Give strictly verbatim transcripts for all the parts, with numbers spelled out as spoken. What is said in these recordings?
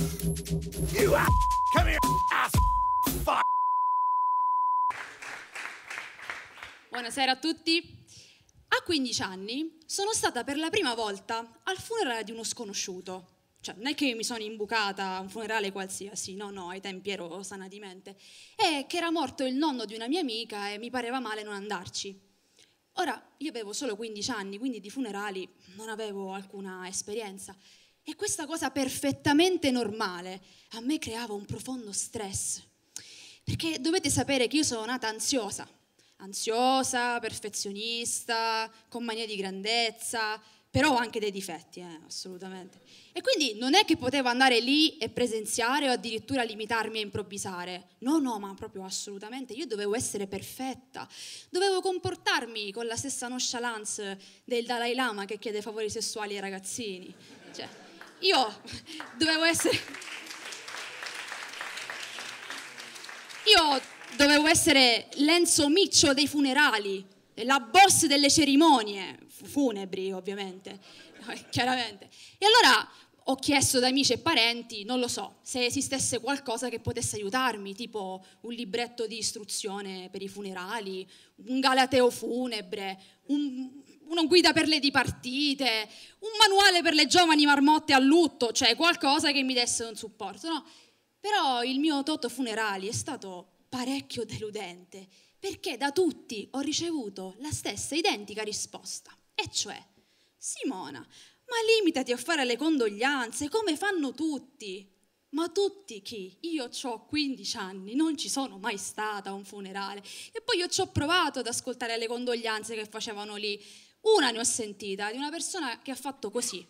You ass. Come here, ass. Fuck. Buonasera a tutti. A quindici anni sono stata per la prima volta al funerale di uno sconosciuto. Cioè, non è che mi sono imbucata a un funerale qualsiasi, no, no, ai tempi ero sana di mente. È che era morto il nonno di una mia amica e mi pareva male non andarci. Ora, io avevo solo quindici anni, quindi di funerali non avevo alcuna esperienza. E questa cosa perfettamente normale a me creava un profondo stress. Perché dovete sapere che io sono nata ansiosa. Ansiosa, perfezionista, con mania di grandezza, però ho anche dei difetti, eh, assolutamente. E quindi non è che potevo andare lì e presenziare o addirittura limitarmi a improvvisare. No, no, ma proprio assolutamente. Io dovevo essere perfetta. Dovevo comportarmi con la stessa nonchalance del Dalai Lama che chiede favori sessuali ai ragazzini. Cioè, io dovevo essere... Io... Dovevo essere l'Enzo Miccio dei funerali, la boss delle cerimonie, funebri ovviamente, chiaramente. E allora ho chiesto da amici e parenti, non lo so, se esistesse qualcosa che potesse aiutarmi, tipo un libretto di istruzione per i funerali, un galateo funebre, un, una guida per le dipartite, un manuale per le giovani marmotte a lutto, cioè qualcosa che mi desse un supporto, no? Però il mio Toto funerali è stato parecchio deludente, perché da tutti ho ricevuto la stessa identica risposta, e cioè: Simona, ma limitati a fare le condoglianze come fanno tutti. Ma tutti chi? Io ho quindici anni, non ci sono mai stata a un funerale, e poi io ci ho provato ad ascoltare le condoglianze che facevano lì. Una ne ho sentita, di una persona che ha fatto così: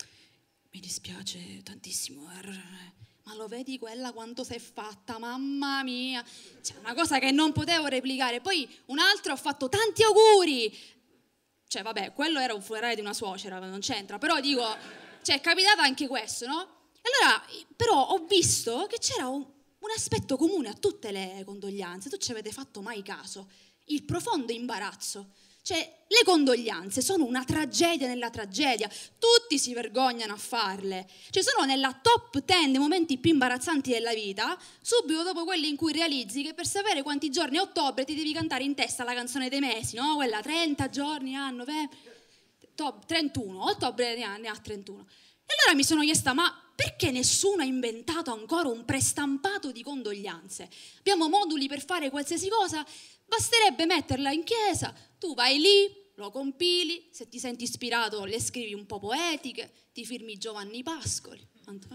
mi dispiace tantissimo, ma lo vedi quella quanto si è fatta, mamma mia. Cioè, una cosa che non potevo replicare. Poi un altro ha fatto tanti auguri. Cioè, vabbè, quello era un funerale di una suocera, non c'entra. Però dico, cioè, è capitato anche questo, no? E allora, però, ho visto che c'era un, un aspetto comune a tutte le condoglianze. Tu ci avete fatto mai caso? Il profondo imbarazzo. Cioè, le condoglianze sono una tragedia nella tragedia, tutti si vergognano a farle, cioè sono nella top ten dei momenti più imbarazzanti della vita, subito dopo quelli in cui realizzi che per sapere quanti giorni è ottobre ti devi cantare in testa la canzone dei mesi, no? Quella trenta giorni a novembre, trentuno, ottobre ne ha trentuno. E allora mi sono chiesta, ma perché nessuno ha inventato ancora un prestampato di condoglianze? Abbiamo moduli per fare qualsiasi cosa, basterebbe metterla in chiesa, tu vai lì, lo compili, se ti senti ispirato le scrivi un po' poetiche, ti firmi Giovanni Pascoli,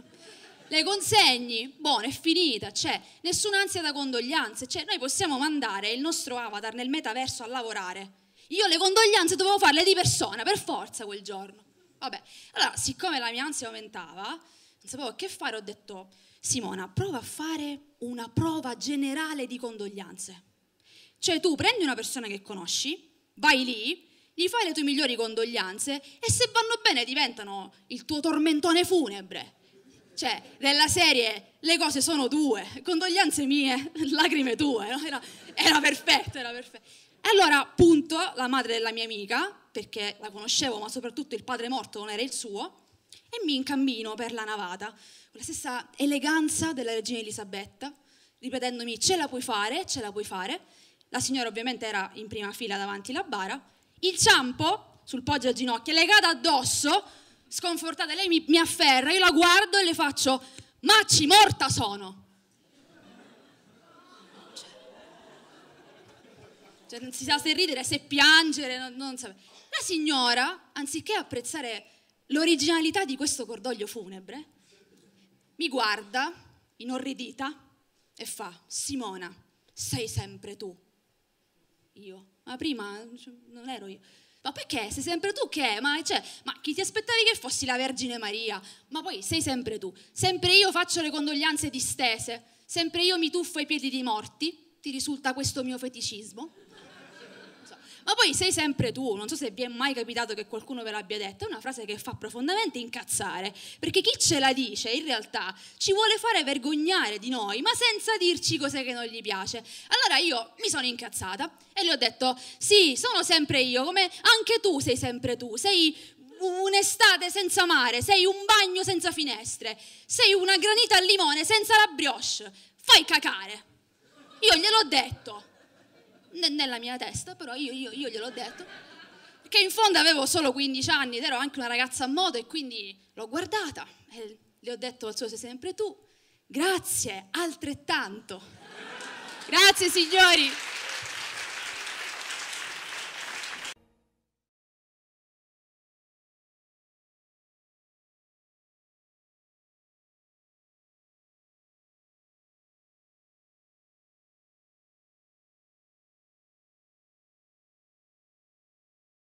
le consegni, buono, è finita, c'è nessuna ansia da condoglianze, cioè noi possiamo mandare il nostro avatar nel metaverso a lavorare. Io le condoglianze dovevo farle di persona, per forza quel giorno. Vabbè, allora siccome la mia ansia aumentava, non sapevo che fare, ho detto: Simona, prova a fare una prova generale di condoglianze. Cioè tu prendi una persona che conosci, vai lì, gli fai le tue migliori condoglianze e se vanno bene diventano il tuo tormentone funebre. Cioè, della serie, le cose sono due, condoglianze mie, lacrime tue, no? Era, era perfetto, era perfetto. E allora, appunto, la madre della mia amica, perché la conoscevo, ma soprattutto il padre morto non era il suo, e mi incammino per la navata, con la stessa eleganza della regina Elisabetta, ripetendomi: ce la puoi fare, ce la puoi fare. La signora ovviamente era in prima fila davanti alla bara, il ciampo sul poggio a ginocchia, legata addosso, sconfortata, lei mi, mi afferra, io la guardo e le faccio: Macci, morta sono. Cioè, cioè non si sa se ridere, se piangere, non, non so. La signora, anziché apprezzare l'originalità di questo cordoglio funebre, mi guarda, inorridita, e fa: Simona, sei sempre tu. Io, ma prima non ero io. Ma perché? Sei sempre tu che? Ma, cioè, ma chi ti aspettavi che fossi la Vergine Maria? Ma poi sei sempre tu. Sempre io faccio le condoglianze distese. Sempre io mi tuffo ai piedi dei morti. Ti risulta questo mio feticismo? Ma poi sei sempre tu, non so se vi è mai capitato che qualcuno ve l'abbia detto, è una frase che fa profondamente incazzare, perché chi ce la dice in realtà ci vuole fare vergognare di noi, ma senza dirci cos'è che non gli piace. Allora io mi sono incazzata e le ho detto: sì, sono sempre io, come anche tu sei sempre tu, sei un'estate senza mare, sei un bagno senza finestre, sei una granita al limone senza la brioche, fai cacare. Io gliel'ho detto, N- nella mia testa, però io, io, io gliel'ho detto, perché in fondo avevo solo quindici anni ed ero anche una ragazza a modo e quindi l'ho guardata e le ho detto, al suo sei sempre tu, grazie, altrettanto. Grazie signori.